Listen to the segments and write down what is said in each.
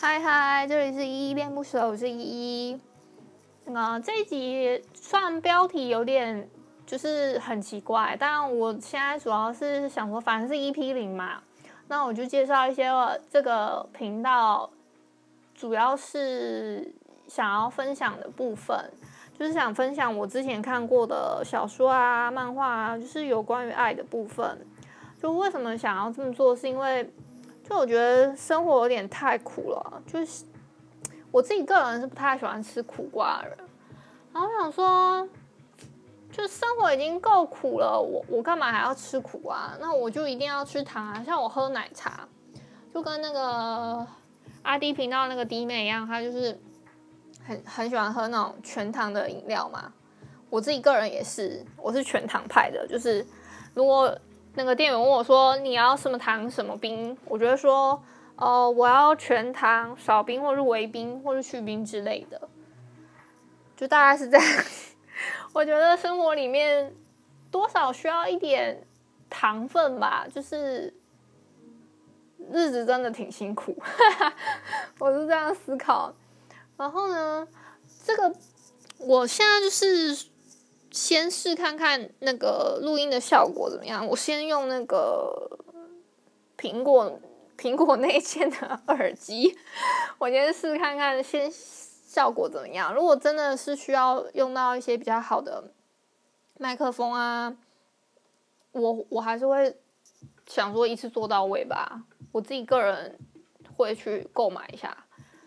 嗨嗨，这里是依依恋不舍，我是依依。这一集算标题有点就是很奇怪，但我现在主要是想说，反正是 EP0嘛，那我就介绍一些这个频道主要是想要分享的部分，就是想分享我之前看过的小说啊、漫画啊，就是有关于爱的部分。就为什么想要这么做，是因为就我觉得生活有点太苦了，就是我自己个人是不太喜欢吃苦瓜的人，然后我想说，就生活已经够苦了，我干嘛还要吃苦啊？那我就一定要吃糖啊！像我喝奶茶，就跟那个阿迪频道那个弟妹一样，她就是很喜欢喝那种全糖的饮料嘛。我自己个人也是，我是全糖派的，就是如果那个店员问我说你要什么糖什么冰，我就会说我要全糖少冰或是微冰或是去冰之类的，就大概是这样。我觉得生活里面多少需要一点糖分吧，就是日子真的挺辛苦。我是这样思考。然后呢，这个我现在就是先试看看那个录音的效果怎么样。我先用那个苹果内建的耳机，我先试看看，先效果怎么样。如果真的是需要用到一些比较好的麦克风啊，我还是会想说一次做到位吧。我自己个人会去购买一下。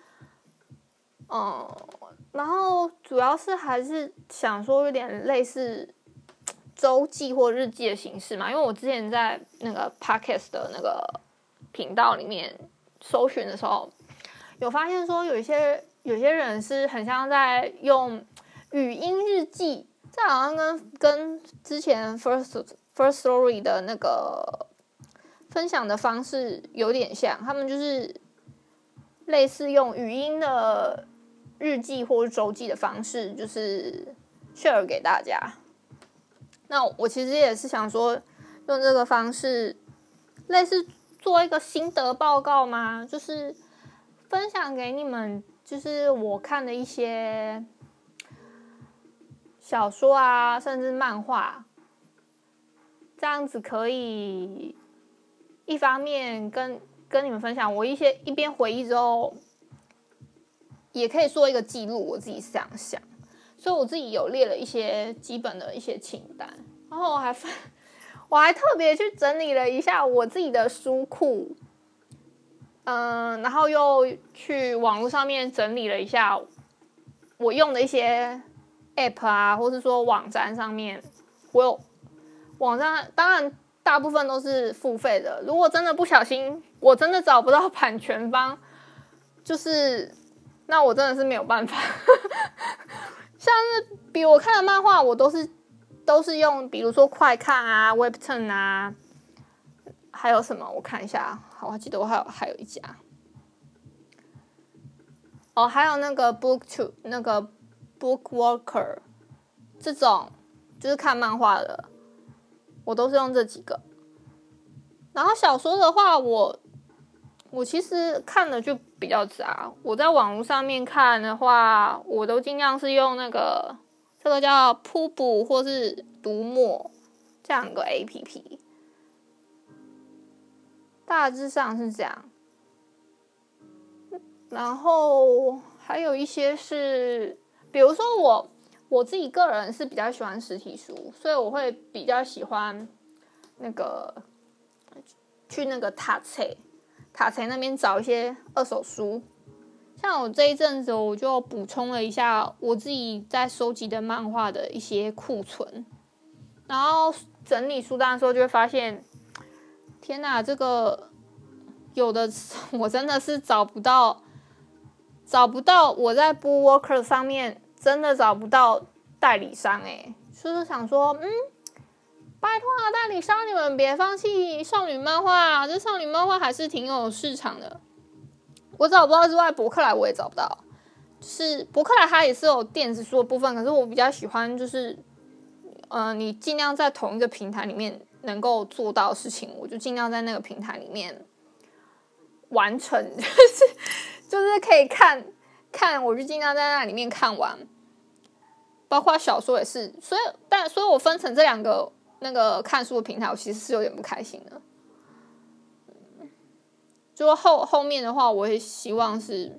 然后主要是还是想说有点类似周记或日记的形式嘛，因为我之前在那个 podcast 的那个频道里面搜寻的时候，有发现说有些人是很像在用语音日记，这好像跟之前 First Story 的那个分享的方式有点像，他们就是类似用语音的日记或者周记的方式，就是 share 给大家。那我其实也是想说，用这个方式，类似做一个心得报告嘛，就是分享给你们，就是我看的一些小说啊，甚至漫画，这样子可以一方面跟你们分享我一边回忆之后，也可以做一个记录，我自己是这样想，所以我自己有列了一些基本的一些清单，然后我还特别去整理了一下我自己的书库，然后又去网络上面整理了一下我用的一些 app 啊，或是说网站上面，我有网站，当然大部分都是付费的。如果真的不小心，我真的找不到版权方，就是那我真的是没有办法。像是比我看的漫画，我都是用，比如说快看啊、Webtoon 啊，还有什么？我看一下，好，我记得我还有一家，还有那个 那个 Bookwalker 这种，就是看漫画的，我都是用这几个。然后小说的话，我其实看的就比较杂。我在网络上面看的话，我都尽量是用这个叫瀑布或是读墨这样个 APP， 大致上是这样。然后还有一些是，比如说我自己个人是比较喜欢实体书，所以我会比较喜欢去那个塔册那边找一些二手书。像我这一阵子，我就补充了一下我自己在收集的漫画的一些库存，然后整理书单的时候就会发现，天哪，这个有的我真的是找不到我在 Bookwalker 上面真的找不到代理商就是想说，拜托啊，代理商你们别放弃少女漫画，这少女漫画还是挺有市场的。我找不到之外，博客来我也找不到。就是博客来它也是有电子书的部分，可是我比较喜欢就是，你尽量在同一个平台里面能够做到的事情，我就尽量在那个平台里面完成，就是就是可以看，我就尽量在那里面看完，包括小说也是。所以我分成这2个那个看书的平台，我其实是有点不开心的。就后面的话，我也希望是，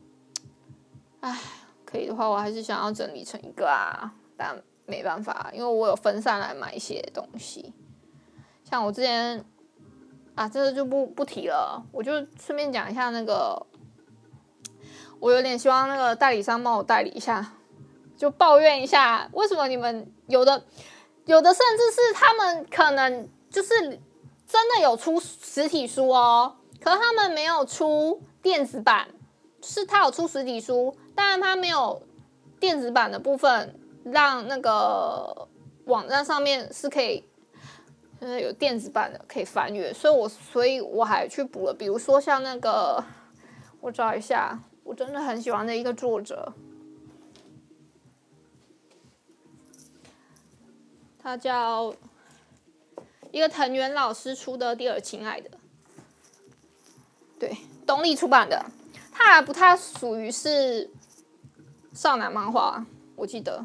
可以的话，我还是想要整理成一个啊，但没办法，因为我有分散来买一些东西，像我之前这个就不提了，我就顺便讲一下那个，我有点希望那个代理商帮我代理一下，就抱怨一下，为什么你们有的甚至是他们可能就是真的有出实体书哦，可是他们没有出电子版，就是他有出实体书，但是他没有电子版的部分，让那个网站上面是可以有电子版的可以翻阅，所以我还去补了，比如说像那个，我找一下，我真的很喜欢的一个作者，他叫一个藤原老师出的《第二亲爱的》，对，东立出版的，他还不太属于是少男漫画，我记得，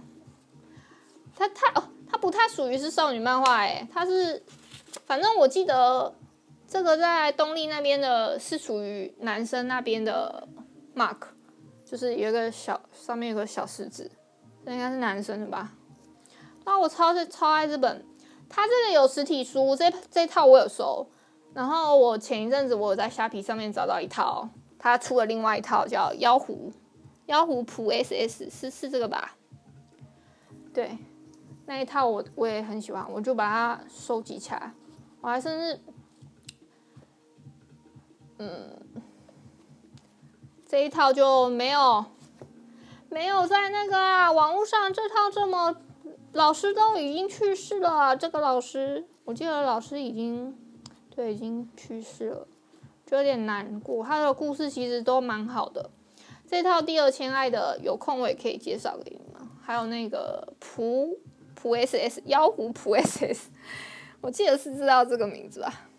他不太属于是少女漫画，他是，反正我记得这个在东立那边的是属于男生那边的 mark， 就是有一个上面有个小石子，这应该是男生的吧？我超爱这本，他这个有实体书，这套我有收，然后我前一阵子我有在虾皮上面找到一套，他出了另外一套叫妖狐谱 SS， 是这个吧？对。那一套我也很喜欢，我就把它收集起来。我还甚至，这一套就没有在那个网络上，这套这么老师都已经去世了。这个老师，我记得老师已经去世了，就有点难过。他的故事其实都蛮好的。这套《第二亲爱的》有空我也可以介绍给你们。还有那个谱 SS 妖狐谱 SS， 我记得是知道这个名字吧，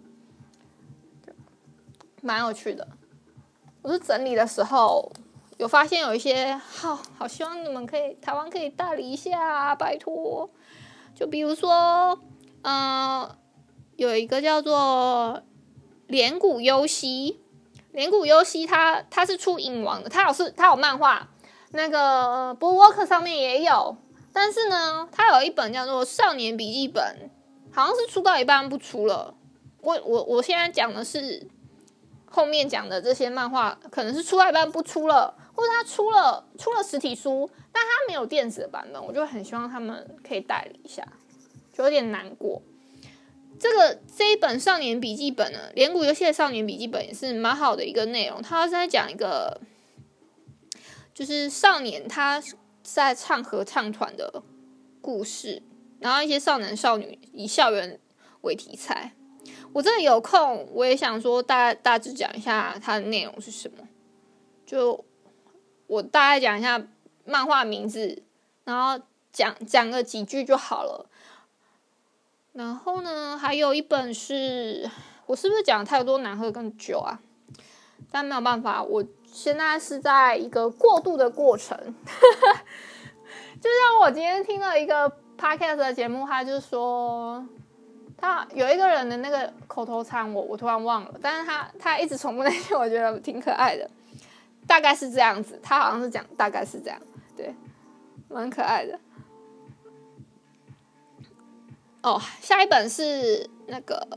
蛮有趣的。我是整理的时候有发现有一些好希望你们台湾可以代理一下，拜托。就比如说，有一个叫做连谷优希，他是出影王的，他有漫画，那个 BookWalker 上面也有。但是呢，他有一本叫做《少年笔记本》，好像是出到一半不出了。我现在讲的是后面讲的这些漫画，可能是出到一半不出了，或者他出了实体书，但他没有电子的版本，我就很希望他们可以代理一下，就有点难过。这一本《少年笔记本》呢，连谷优希的《少年笔记本》也是蛮好的一个内容，他是在讲一个就是少年他在唱合唱团的故事，然后一些少男少女以校园为题材。我真的有空，我也想说大致讲一下它的内容是什么。就我大概讲一下漫画名字，然后讲个几句就好了。然后呢，还有一本是，我是不是讲太多难喝跟酒啊？但没有办法，我现在是在一个过渡的过程。就像我今天听了一个 podcast 的节目，他就说他有一个人的那个口头禅我突然忘了，但是他一直重复那句，我觉得挺可爱的，大概是这样子，他好像是讲大概是这样，对，蛮可爱的。下一本是那个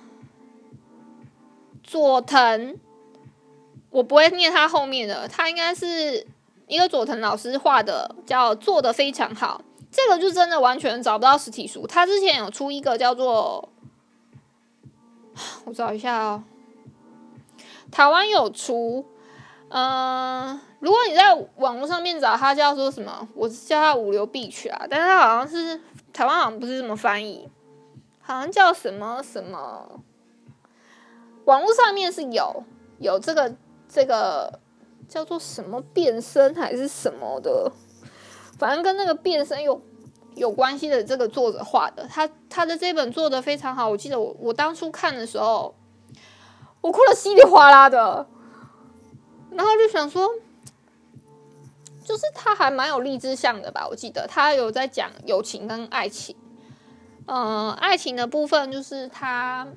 佐藤，我不会念他后面的，他应该是一个佐藤老师画的，叫做得非常好。这个就真的完全找不到实体书，他之前有出一个叫做，我找一下哦，台湾有出，如果你在网络上面找，它叫做什么？我叫它五流必曲啊，但是它好像是台湾好像不是这么翻译，好像叫什么什么，网络上面是有这个叫做什么变身还是什么的，反正跟那个变身有关系的这个作者画的，他的这本做得非常好。我记得我当初看的时候，我哭得稀里哗啦的。 然后就想说，就是他还蛮有励志向的吧，我记得他有在讲友情跟爱情。爱情的部分就是他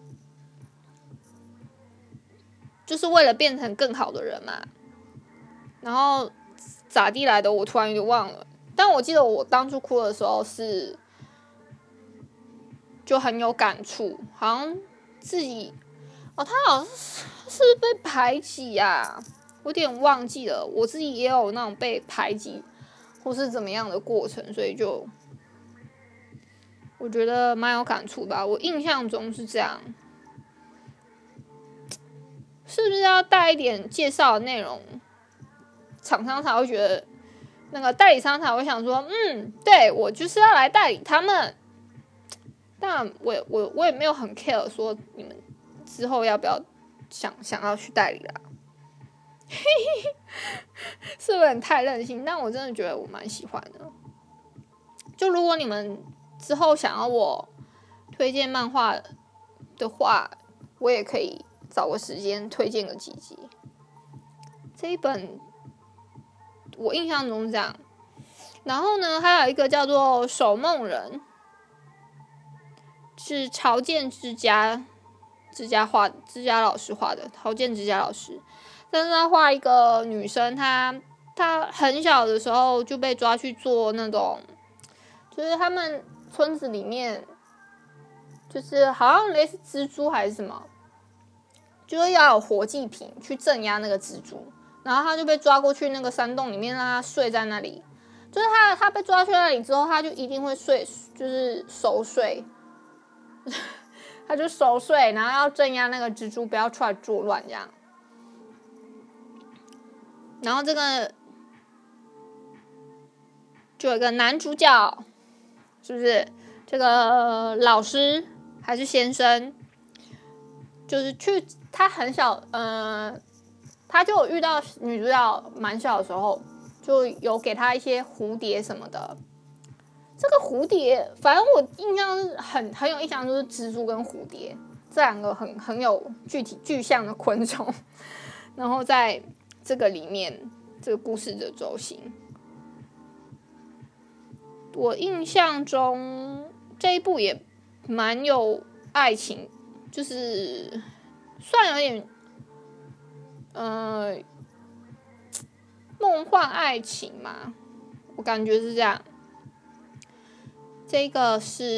就是为了变成更好的人嘛，然后咋地来的我突然有点忘了，但我记得我当初哭的时候是就很有感触，好像自己他好像是被排挤啊，我有点忘记了，我自己也有那种被排挤或是怎么样的过程，所以就我觉得蛮有感触吧，我印象中是这样。是不是要带一点介绍的内容，厂商才会觉得，那个代理商才会想说，对，我就是要来代理他们。但我也没有很 care 说你们之后要不要想要去代理啦，是不是很太任性？但我真的觉得我蛮喜欢的。就如果你们之后想要我推荐漫画的话，我也可以找个时间推荐个几集。这一本我印象中是这样。然后呢，还有一个叫做《守梦人》，是朝见之家老师画的，朝见之家老师。但是他画一个女生，她很小的时候就被抓去做那种，就是他们村子里面，就是好像类似蜘蛛还是什么，就是要有活祭品去镇压那个蜘蛛，然后他就被抓过去那个山洞里面，让他睡在那里。就是他被抓去那里之后，他就一定会睡，就是熟睡，他就熟睡，然后要镇压那个蜘蛛不要出来作乱这样。然后这个就有一个男主角，是不是这个老师还是先生？就是去他很小，他就有遇到女主角蛮小的时候，就有给他一些蝴蝶什么的。这个蝴蝶，反正我印象是很有印象，就是蜘蛛跟蝴蝶这两个很有具象的昆虫，然后在这个里面，这个故事的轴心，我印象中这一部也蛮有爱情，就是算有点梦幻爱情嘛，我感觉是这样。这个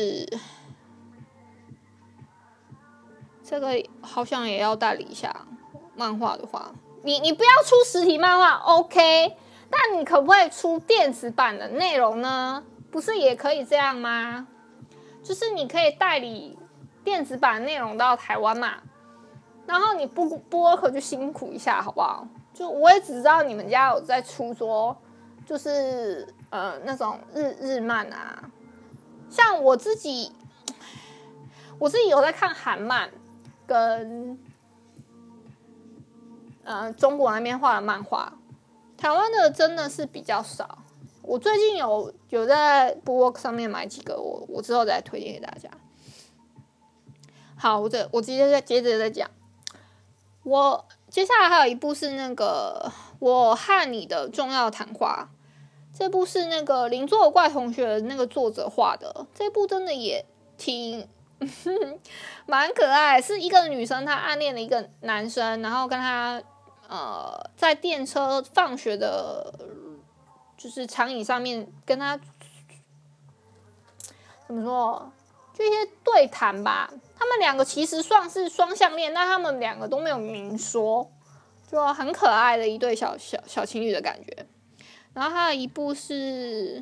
好像也要代理一下漫画的话，你不要出实体漫画 OK， 但你可不可以出电子版的内容呢？不是也可以这样吗？就是你可以代理电子版内容到台湾嘛，然后你播可就辛苦一下好不好？就我也只知道你们家有在出说，就是那种日漫啊，像我自己有在看韩漫跟中国那边画的漫画，台湾的真的是比较少。我最近有在 Book 上面买几个，我之后再推荐给大家。好，我接着再讲。我接下来还有一部是那个我和你的重要谈话，这部是那个邻座怪同学的那个作者画的，这部真的也挺蛮可爱，是一个女生她暗恋了一个男生，然后跟他在电车放学的，就是长椅上面跟他怎么说，就一些对谈吧。他们两个其实算是双向恋，但他们两个都没有明说，就很可爱的一对小情侣的感觉。然后还有一部是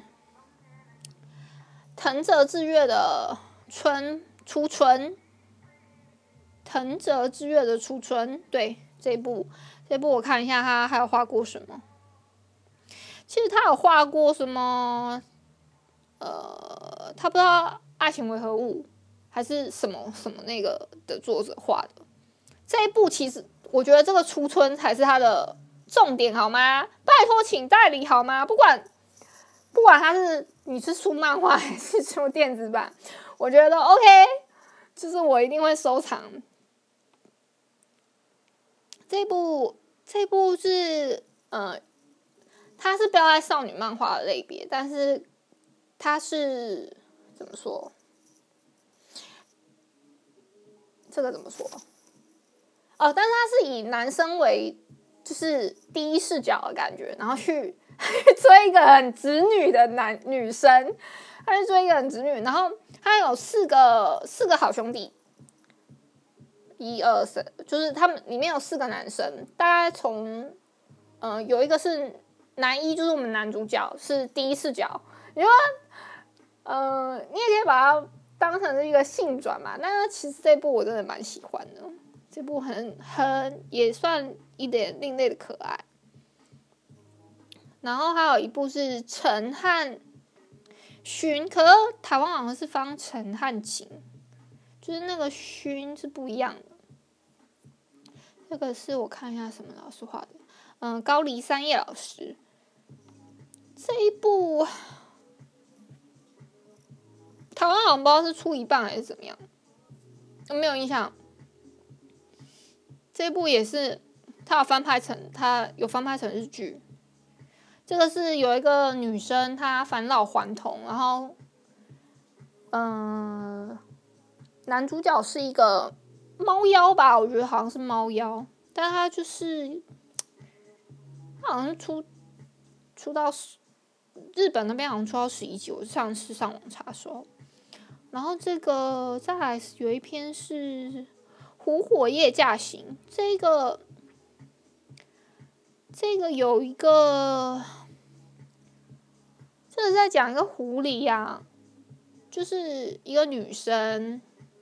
藤泽志月的初春，藤泽志月的初春，对，这部我看一下他还有画过什么。其实他有画过什么，他不知道爱情为何物还是什么那个的作者画的。这一部其实我觉得这个初春才是他的重点好吗？拜托请代理好吗？不管你是出漫画还是出电子版，我觉得 OK， 就是我一定会收藏。这这部是它是标在少女漫画的类别，但是它是怎么说？这个怎么说？但是它是以男生为就是第一视角的感觉，然后去追一个很直女的女生，他去追一个很直女，然后他有四个好兄弟，1、2、3，就是他们里面有4个男生，大概从有一个是男一，就是我们男主角是第一视角，你说你也可以把它当成是一个性转嘛，但是其实这部我真的蛮喜欢的，这部很也算一点另类的可爱。然后还有一部是陈和勋，可是台湾好像是放陈和晴，就是那个勋是不一样的。这个是我看一下什么老师画的，高梨三叶老师。这一部台湾好像不知道是出一半还是怎么样，没有印象。这一部也是它有翻拍成日剧。这个是有一个女生，她返老还童，然后，男主角是一个猫妖吧，我觉得好像是猫妖，但他就是他好像是出到日本那边好像出到11集，我上次上网查的时候。然后这个再来有一篇是虎火夜驾行，这个有一个，这个在讲一个狐狸啊，就是一个女生，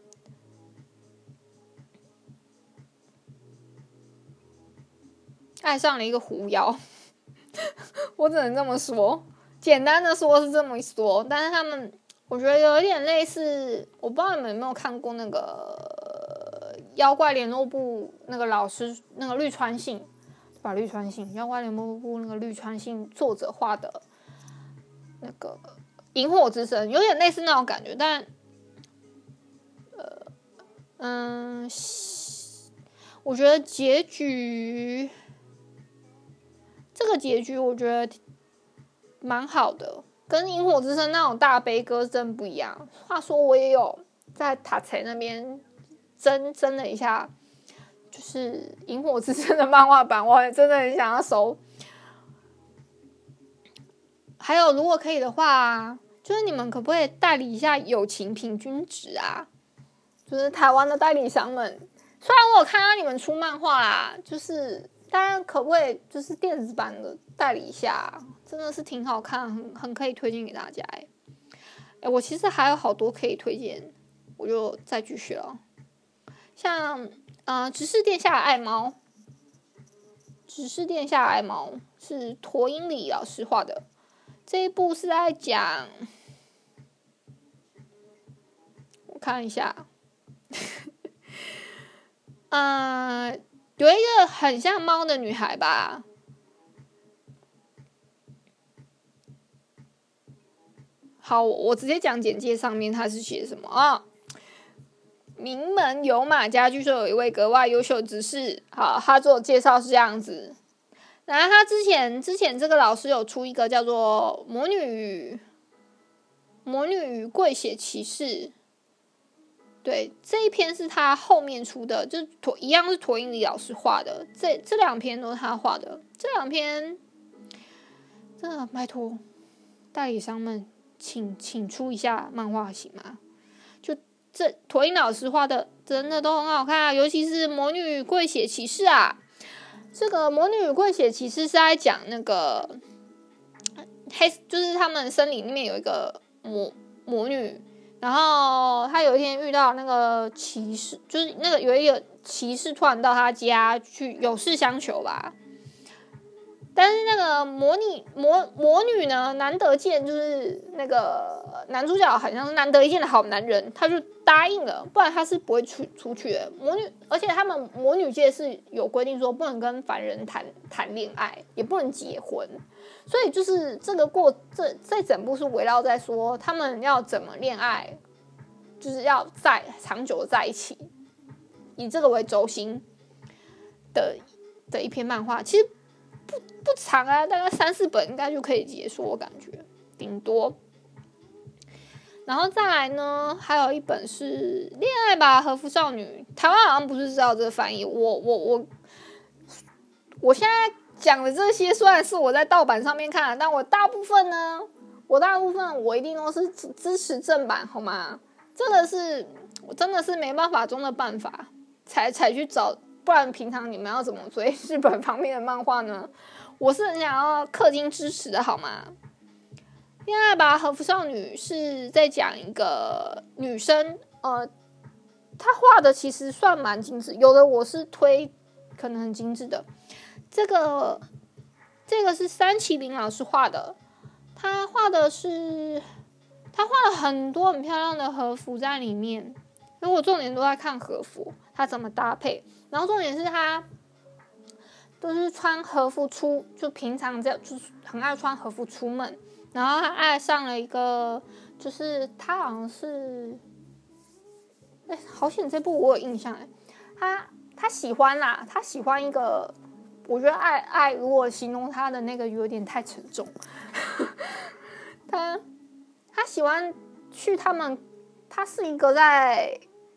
爱上了一个狐妖，我只能这么说，简单的说是这么说，但是他们我觉得有一点类似，我不知道你们有没有看过那个妖怪联络部那个老师那个绿川信。把绿川信妖怪联盟部那个绿川信作者画的那个萤火之声，有点类似那种感觉，但我觉得这个结局我觉得蛮好的，跟萤火之声那种大悲歌真不一样。话说我也有在塔城那边争了一下，就是萤火之声的漫画版，我真的很想要收。还有如果可以的话，就是你们可不可以代理一下友情平均值啊？就是台湾的代理商们，虽然我有看到你们出漫画啦，就是当然可不可以就是电子版的代理一下，真的是挺好看，很可以推荐给大家。我其实还有好多可以推荐，我就再继续了。像直视殿下的爱猫，直视殿下的爱猫是驼英里老师画的，这一部是在讲，我看一下。有一个很像猫的女孩吧，好，我直接讲简介上面它是写什么啊？名门有马家据说有一位格外优秀的执事，好，他做介绍是这样子。然后他之前这个老师有出一个叫做魔女与跪血骑士。对，这一篇是他后面出的，就一样是驼英里老师画的。这2篇都是他画的，这2篇真的拜托代理商们，请出一下漫画行吗？就这驼英老师画的真的都很好看啊，尤其是魔女与跪血骑士啊。这个魔女与跪血骑士是在讲那个就是他们森林里面有一个魔女。然后他有一天遇到那个骑士，就是那个有一个骑士突然到他家去有事相求吧。但是那个魔女呢，难得见，就是那个男主角好像是难得一见的好男人，他就答应了，不然他是不会出去的。而且他们魔女界是有规定说不能跟凡人谈恋爱，也不能结婚。所以就是这整部是围绕在说他们要怎么恋爱，就是要长久的在一起，以这个为轴心的的一篇漫画，其实不长啊，大概3-4本应该就可以结束，我感觉顶多。然后再来呢，还有一本是《恋爱吧和服少女》，台湾好像不是知道这个翻译。我现在讲的这些虽然是我在盗版上面看的，但我大部分我一定都是支持正版，好吗？我真的是没办法中的办法才去找，不然平常你们要怎么追日本方面的漫画呢？我是很想要氪金支持的，好吗？恋爱吧和服少女是在讲一个女生，她画的其实算蛮精致，有的我是推可能很精致的。这个是山崎绫老师画的，他画了很多很漂亮的和服在里面，因为我重点都在看和服它怎么搭配，然后重点是他都是穿和服就平常这样，就是很爱穿和服出门。然后他爱上了一个，就是他好像是，好险这部我有印象他喜欢啦，他喜欢一个，我觉得爱如果形容他的那个有点太沉重，他喜欢去他是一个在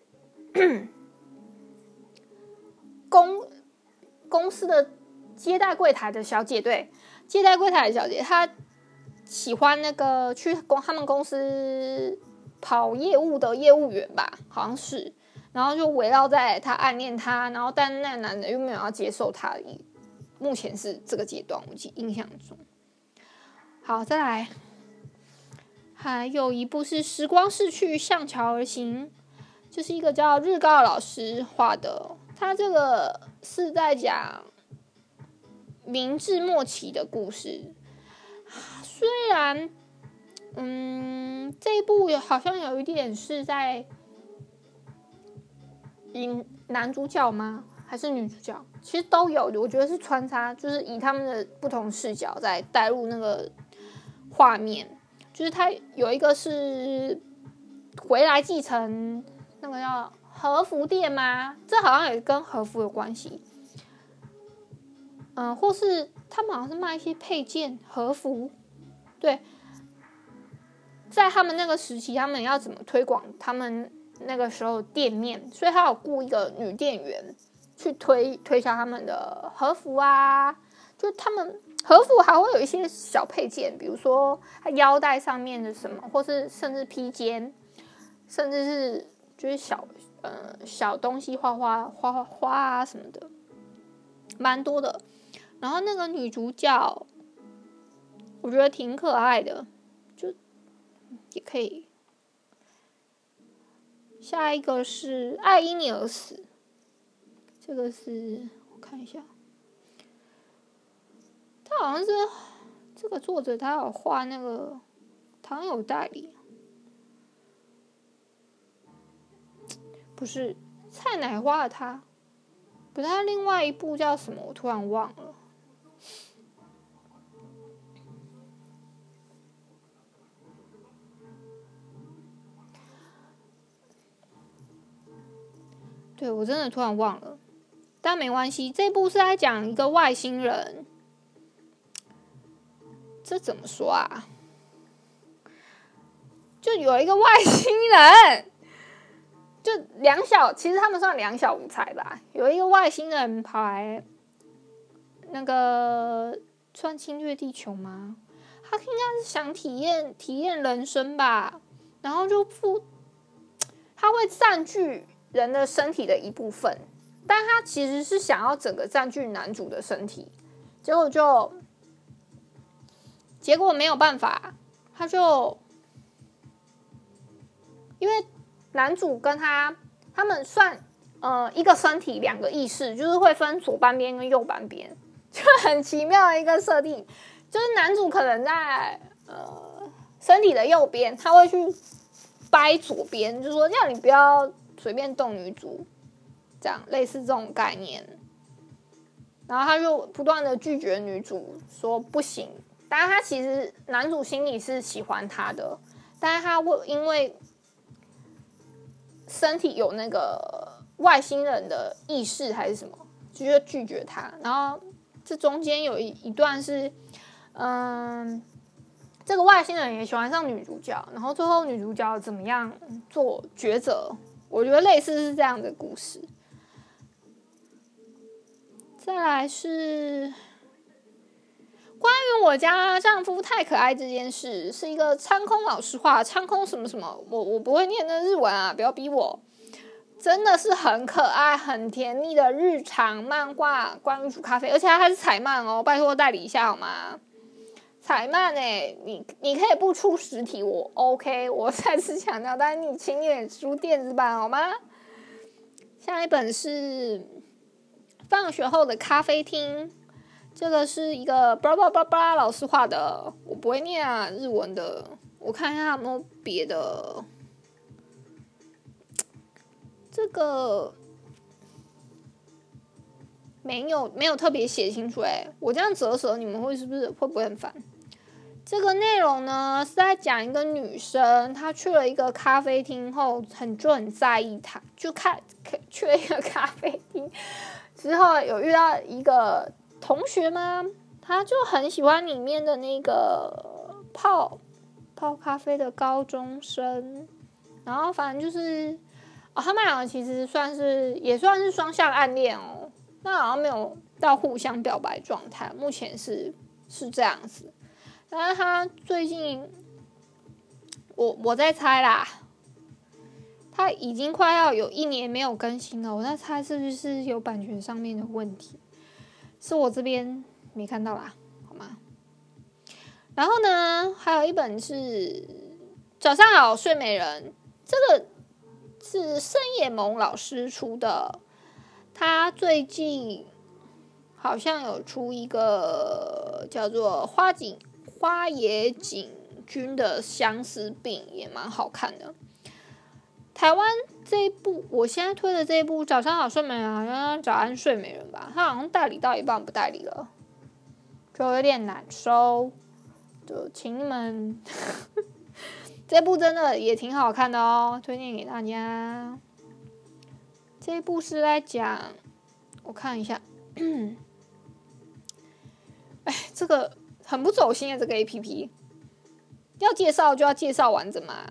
公司的接待柜台的小姐，对，接待柜台的小姐，她喜欢那个去他们公司跑业务的业务员吧，好像是，然后就围绕在他暗恋他，然后但那个男的又没有要接受他，目前是这个阶段，我印象中。好，再来，还有一部是《时光逝去，向桥而行》，就是一个叫日高老师画的，他这个是在讲明治末期的故事。虽然，这一部好像有一点是在男主角吗？还是女主角？其实都有，我觉得是穿插，就是以他们的不同视角在带入那个画面。就是他有一个是回来继承那个叫和服店吗？这好像也跟和服有关系。或是他们好像是卖一些配件和服。对，在他们那个时期，他们要怎么推广他们那个时候店面？所以他有雇一个女店员去推销他们的和服啊。就他们和服还会有一些小配件，比如说他腰带上面的什么，或是甚至披肩，甚至是就是小东西花啊什么的，蛮多的。然后那个女主角，我觉得挺可爱的，就也可以。下一个是《爱因你而死》，这个是我看一下，他好像是这个作者，他有画那个唐有代理，不是蔡乃花的他，不是他另外一部叫什么，我突然忘了。对，我真的突然忘了，但没关系。这部是在讲一个外星人，这怎么说啊？就有一个外星人，就其实他们算两小无猜吧。有一个外星人跑来，那个算侵略地球吗？他应该是想体验人生吧，然后他会占据人的身体的一部分，但他其实是想要整个占据男主的身体，结果没有办法，他就因为男主跟他们算一个身体两个意识，就是会分左半边跟右半边，就很奇妙的一个设定，就是男主可能在身体的右边，他会去掰左边，就是说要你不要随便动女主，这样类似这种概念。然后他就不断的拒绝女主，说不行。当然，他其实男主心里是喜欢她的，但是他因为身体有那个外星人的意识还是什么， 直接拒绝他。然后这中间有一段是，这个外星人也喜欢上女主角，然后最后女主角怎么样做抉择，我觉得类似是这样的故事。再来是关于我家丈夫太可爱这件事，是一个苍空老师画，苍空什么什么，我不会念那日文啊，不要逼我。真的是很可爱、很甜蜜的日常漫画，关于煮咖啡，而且它还是彩漫哦，拜托代理一下好吗？彩漫你可以不出实体，我 OK， 我再次强调，但是你请你也出电子版好吗？下一本是放学后的咖啡厅，这个是一个巴拉巴拉巴拉老师画的，我不会念啊，日文的，我看一下有没有别的。这个没有特别写清楚我这样折舌你们会不会很烦？这个内容呢是在讲一个女生，她去了一个咖啡厅后，很在意她，就去了一个咖啡厅之后，有遇到一个同学吗？她就很喜欢里面的那个泡咖啡的高中生，然后反正就是他们两个其实也算是双向暗恋哦，那好像没有到互相表白状态，目前是这样子。但是他最近，我在猜啦，他已经快要有1年没有更新了，我在猜是不是有版权上面的问题，是我这边没看到啦，好吗？然后呢，还有一本是《早上好睡美人》，这个是深野萌老师出的，他最近好像有出一个叫做花野景君的相思病，也蛮好看的。台湾这一部，我现在推的这一部《早上好睡美人》，好像早安睡美人吧，他好像代理到一半不代理了，就有点难收，就请你们这部真的也挺好看的哦，推荐给大家。这一部是在讲，我看一下，这个很不走心的这个 APP， 要介绍就要介绍完整嘛。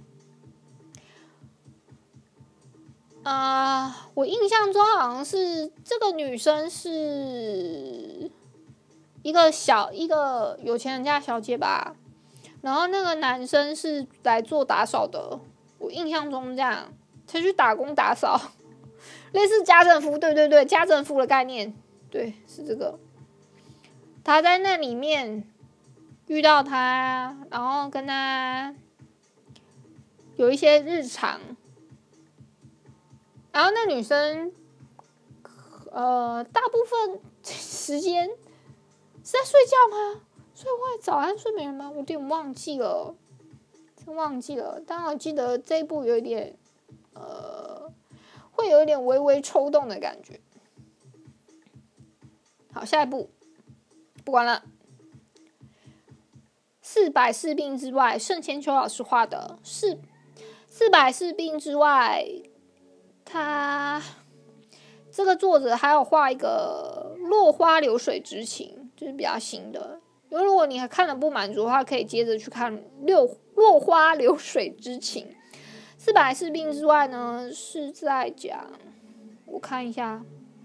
我印象中好像是这个女生是一个有钱人家小姐吧，然后那个男生是来做打扫的，我印象中这样，他去打工打扫，类似家政夫，对，家政夫的概念，对，是这个。他在那里面遇到他，然后跟他有一些日常。然后那女生，大部分时间是在睡觉吗？睡会早安睡美人吗？我有点忘记了，但我记得这一部有一点，会有一点微微抽动的感觉。好，下一部不管了。440病之外，盛千秋老师画的440病之外。他这个作者还有画一个落花流水之情，就是比较新的。如果你还看了不满足的话，可以接着去看落花流水之情。440病之外呢，是在讲，我看一下，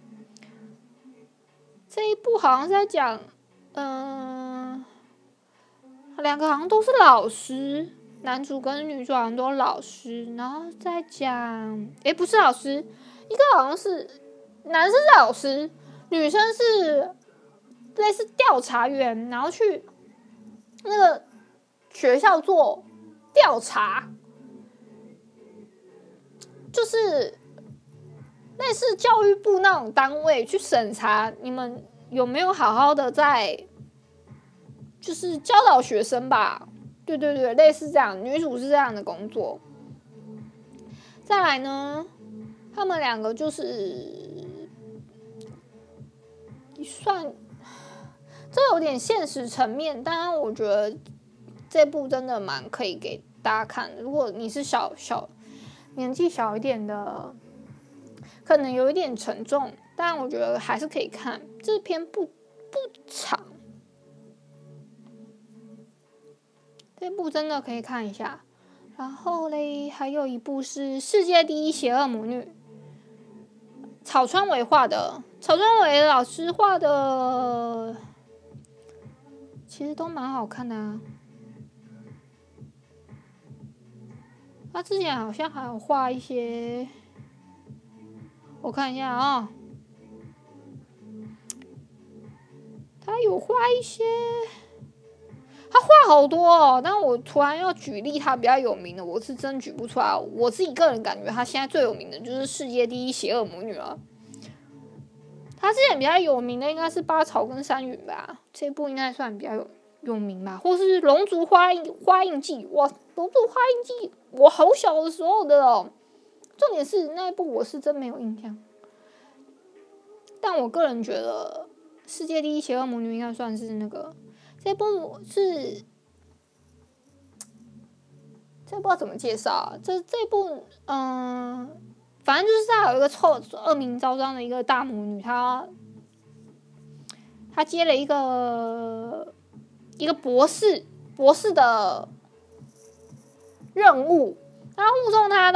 这一部好像是在讲，两个好像都是老师。男主跟女主好像都是老师，然后再讲，不是老师，一个好像是男生是老师，女生是类似调查员，然后去那个学校做调查，就是类似教育部那种单位去审查你们有没有好好的在，就是教导学生吧。对，类似这样，女主是这样的工作。再来呢，他们两个就是算，这有点现实层面，当然我觉得这部真的蛮可以给大家看的。如果你是年纪小一点的，可能有一点沉重， 但我觉得还是可以看，这篇不长，这部真的可以看一下。然后嘞，还有一部是《世界第一邪恶魔女》，草川唯画的，草川唯老师画的，其实都蛮好看的啊。他之前好像还有画一些，我看一下啊，他有画一些，他画好多哦。但我突然要举例他比较有名的，我是真举不出来。我自己个人感觉，他现在最有名的就是《世界第一邪恶魔女》了。他之前比较有名的应该是八草跟山云吧，这部应该算比较有名吧，或是龙族花印记。哇，龙族花印记，我好小的时候的哦。重点是那一部我是真没有印象，但我个人觉得《世界第一邪恶魔女》应该算是那个这部是。这不知道怎么介绍啊，这部反正就是她有一个恶名昭彰的一个大魔女，她接了一个博士的任务，然后护送她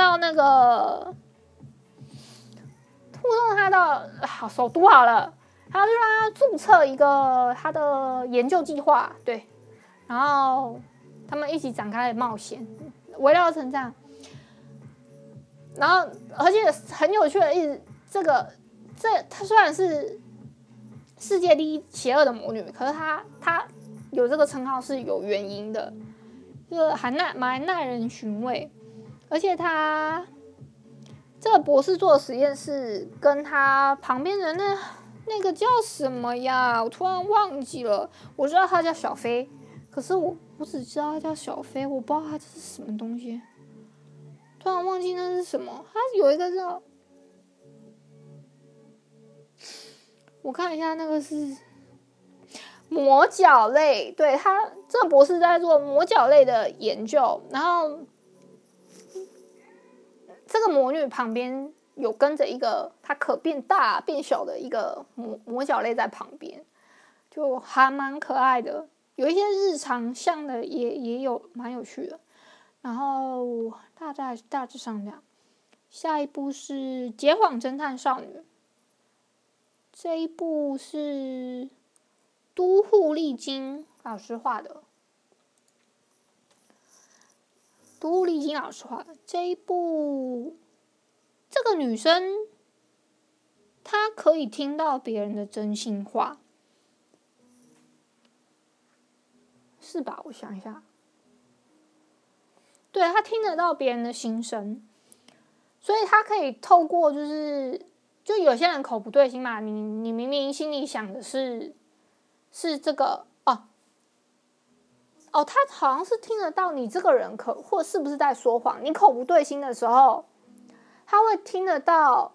到好首都好了，然后就让她注册一个她的研究计划，对，然后他们一起展开了冒险，围绕成这样。然后，而且很有趣的她虽然是世界第一邪恶的魔女，可是她有这个称号是有原因的，就还蛮耐人寻味。而且她这个博士做的实验室跟她旁边的那个叫什么呀？我突然忘记了。我知道她叫小飞，可是我只知道她叫小飞，我不知道她这是什么东西。突然忘记那是什么，它有一个叫，我看一下，那个是魔角类，对，他这个博士在做魔角类的研究，然后这个魔女旁边有跟着一个它可变大变小的一个魔角类在旁边，就还蛮可爱的，有一些日常像的也有蛮有趣的，然后大致上这样。下一部是《结谎侦探少女》，这一部是都户丽晶老师画的。都户丽晶老师画的这一部，这个女生她可以听到别人的真心话，是吧？我想一下，对，她听得到别人的心声。所以他可以透过就有些人口不对心嘛，你明明心里想的是这个他好像是听得到你这个人或是不是在说谎，你口不对心的时候，他会听得到，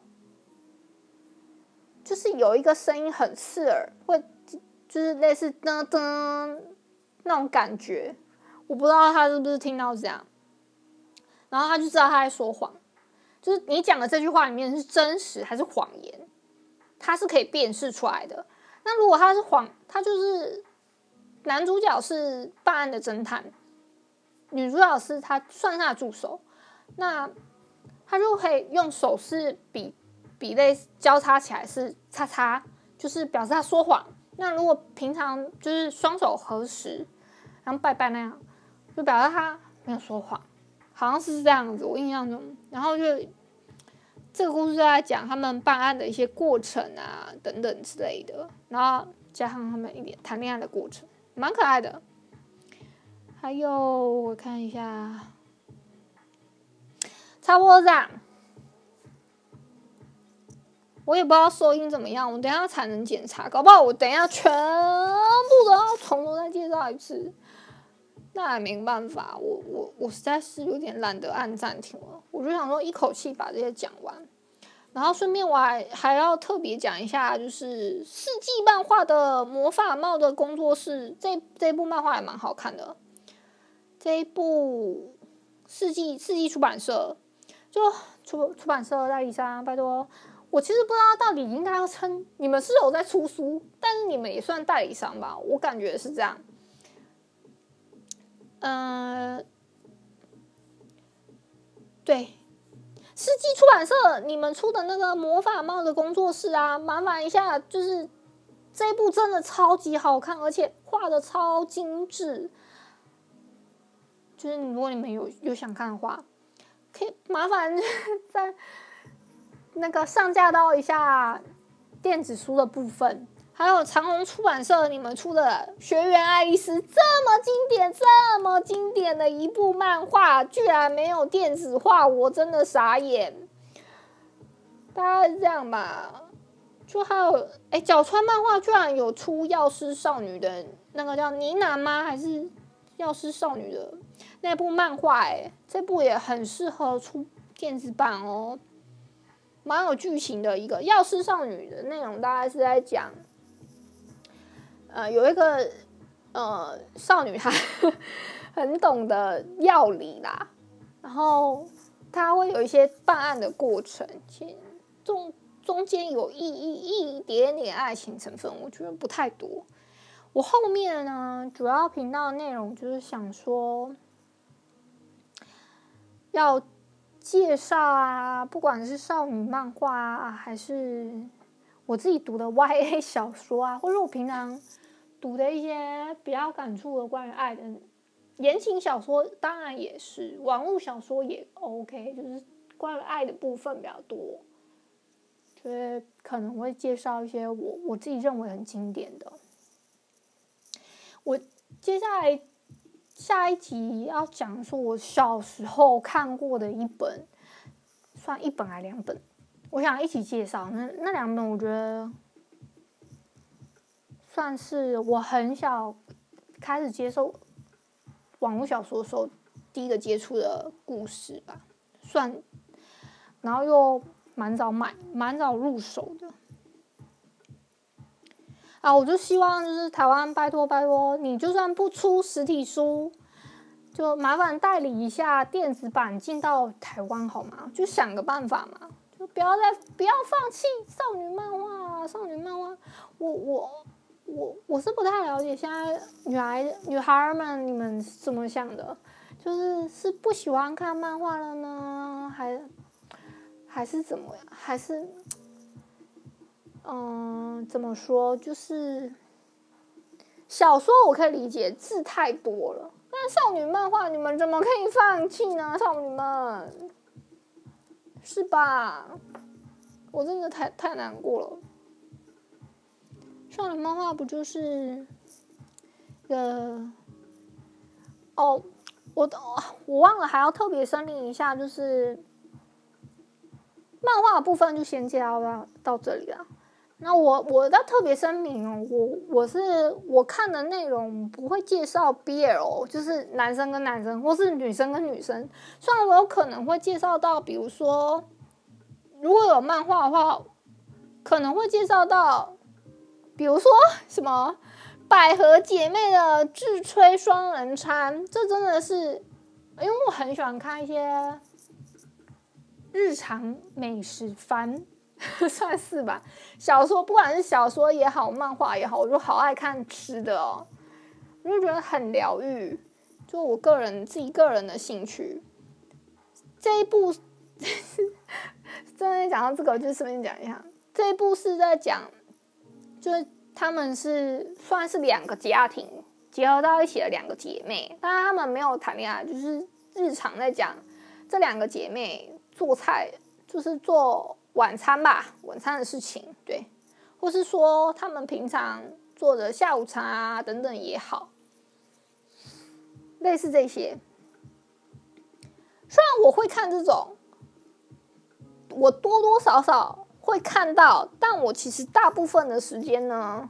就是有一个声音很刺耳，会就是类似噔噔那种感觉，我不知道他是不是听到这样，然后他就知道他在说谎。就是你讲的这句话里面是真实还是谎言，它是可以辨识出来的。那如果他是他就是男主角是办案的侦探，女主角是他算他的助手，那他就可以用手势比类交叉起来是叉叉，就是表示他说谎。那如果平常就是双手合十，然后拜拜那样，就表示他没有说谎。好像是这样子，我印象中，然后就这个故事在讲他们办案的一些过程啊，等等之类的，然后加上他们一点谈恋爱的过程，蛮可爱的。还有我看一下，差不多这样。我也不知道收音怎么样，我等一下才能检查，搞不好我等一下全部都要从头再介绍一次。那也没办法，我实在是有点懒得按暂停了，我就想说一口气把这些讲完，然后顺便我还要特别讲一下，就是世纪漫画的魔法帽的工作室，这部漫画也蛮好看的。这一部世纪出版社，就出版社代理商，拜托， 我其实不知道到底应该要称你们是有在出书，但是你们也算代理商吧，我感觉是这样。对，世纪出版社你们出的那个魔法帽的工作室啊，麻烦一下，就是这一部真的超级好看，而且画的超精致。就是如果你们有想看的话，可以麻烦在那个上架到一下电子书的部分。还有长虹出版社你们出的《学园爱丽丝》，这么经典的一部漫画，居然没有电子化，我真的傻眼。大概是这样吧。就还有角川漫画居然有出药师少女的那个叫呢喃吗？还是药师少女的那部漫画？这部也很适合出电子版哦，蛮有剧情的一个药师少女的内容，大概是在讲。有一个少女，她很懂得药理啦，然后她会有一些办案的过程，中间有一点点爱情成分，我觉得不太多。我后面呢，主要频道内容就是想说，要介绍啊，不管是少女漫画啊，还是我自己读的 YA 小说啊，或者我平常读的一些比较感触的关于爱的言情小说，当然也是网络小说也 OK， 就是关于爱的部分比较多，就是可能会介绍一些我自己认为很经典的。我接下一集要讲说我小时候看过的一本，算一本还2本，我想一起介绍。那2本我觉得算是我很小开始接受网络小说的时候第一个接触的故事吧，算，然后又蛮早入手的。我就希望就是台湾拜托，你就算不出实体书，就麻烦代理一下电子版进到台湾好吗？就想个办法嘛，就不要放弃少女漫画啊！少女漫画，我是不太了解现在女孩们你们是怎么想的？是不喜欢看漫画了呢，还是怎么样？还是怎么说？就是小说我可以理解，字太多了。但少女漫画你们怎么可以放弃呢？少女们，是吧？我真的太难过了。少女漫画不就是我忘了还要特别声明一下，就是漫画的部分就先介绍到这里了。那我要特别声明哦，我看的内容不会介绍 BL， 就是男生跟男生或是女生跟女生。虽然我有可能会介绍到，比如说如果有漫画的话，可能会介绍到，比如说什么百合姐妹的智吹双人餐，这真的是因为我很喜欢看一些日常美食番。算是吧，小说不管是小说也好，漫画也好，我就好爱看吃的哦，我就觉得很疗愈，就我自己个人的兴趣。这一部真的讲到这个，就顺便讲一下，这一部是在讲，就是他们是算是2个家庭结合到一起的2个姐妹，当然他们没有谈恋爱，就是日常在讲这2个姐妹做菜，就是做晚餐的事情，对，或是说他们平常做的下午茶啊等等也好，类似这些。虽然我会看这种，我多多少少会看到，但我其实大部分的时间呢，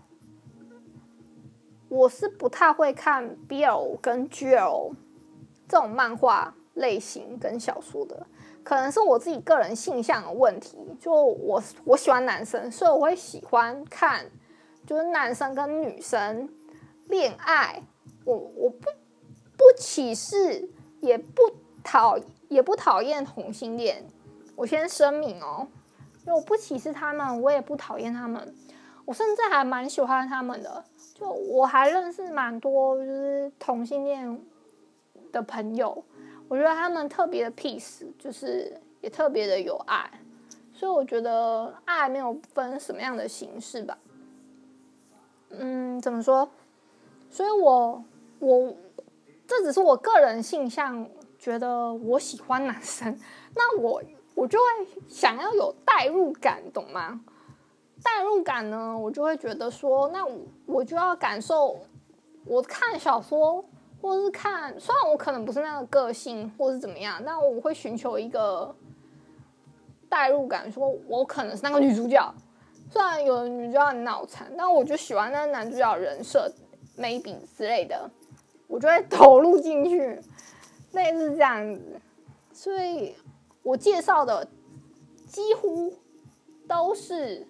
我是不太会看 BL 跟 GL 这种漫画类型跟小说的。可能是我自己个人性向的问题，就我喜欢男生，所以我会喜欢看就是男生跟女生恋爱。我不歧视，也不讨厌同性恋。我先声明哦， 因为我不歧视他们，我也不讨厌他们，我甚至还蛮喜欢他们的。就我还认识蛮多就是同性恋的朋友，我觉得他们特别的 peace， 就是也特别的有爱，所以我觉得爱没有分什么样的形式吧。怎么说？所以我这只是我个人性向，觉得我喜欢男生，那我就会想要有代入感，懂吗？代入感呢，我就会觉得说，那我就要感受，我看小说或是看，虽然我可能不是那个个性或是怎么样，但我会寻求一个代入感，说我可能是那个女主角。虽然有的女主角很脑残，但我就喜欢那男主角人设 ，maybe 之类的，我就会投入进去，类似这样子。所以我介绍的几乎都是，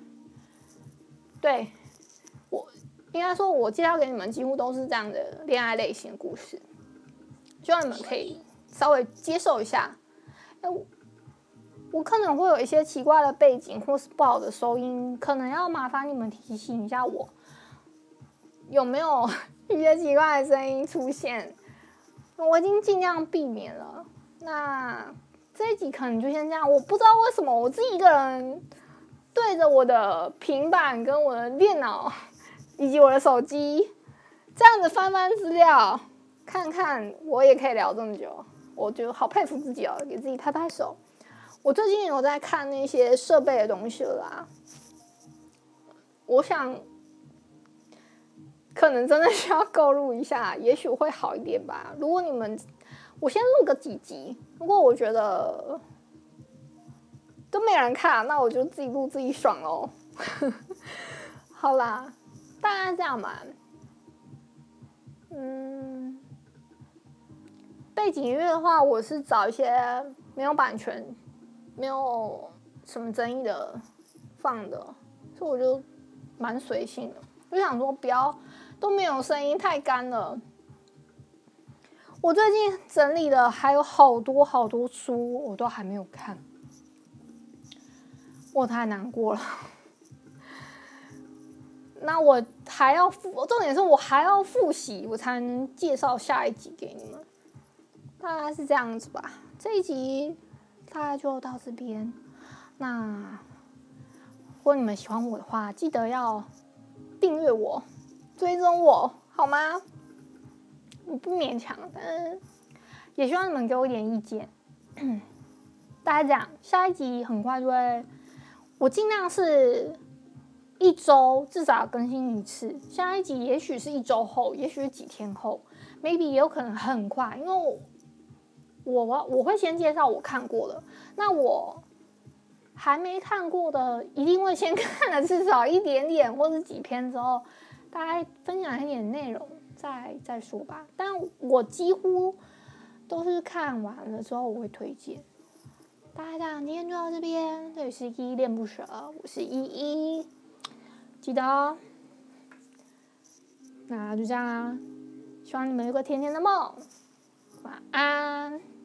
对，我应该说，我介绍给你们几乎都是这样的恋爱类型故事，希望你们可以稍微接受一下。我可能会有一些奇怪的背景或是不好的收音，可能要麻烦你们提醒一下我，有没有一些奇怪的声音出现。我已经尽量避免了。那这一集可能就先这样。我不知道为什么我自己一个人对着我的平板跟我的电脑以及我的手机这样子翻翻资料，看看我也可以聊这么久，我就好佩服自己哦，给自己拍拍手。我最近有在看那些设备的东西了啦，我想可能真的需要购入一下，也许会好一点吧。如果你们，我先录个几集，如果我觉得都没人看，那我就自己录自己爽咯。好啦，大概这样吧。背景音乐的话，我是找一些没有版权、没有什么争议的放的，所以我就蛮随性的。我想说，不要都没有声音，太干了。我最近整理的还有好多好多书，我都还没有看，我太难过了。那我还要重点是我还要复习，我才能介绍下一集给你们。大概是这样子吧。这一集大概就到这边。那如果你们喜欢我的话，记得要订阅我、追踪我，好吗？我不勉强，但是也希望你们给我一点意见。大概这样，下一集很快就会，我尽量是1周至少要更新1次。下一集也许是1周后，也许是几天后 ，maybe 也有可能很快，因为我会先介绍我看过的，那我还没看过的一定会先看了至少一点点或是几篇之后，大概分享一点内容再说吧。但我几乎都是看完了之后我会推荐。大概这样，今天就到这边。这里是依依恋不舍，我是依依，记得哦。那就这样啦，希望你们有个甜甜的梦，晚安。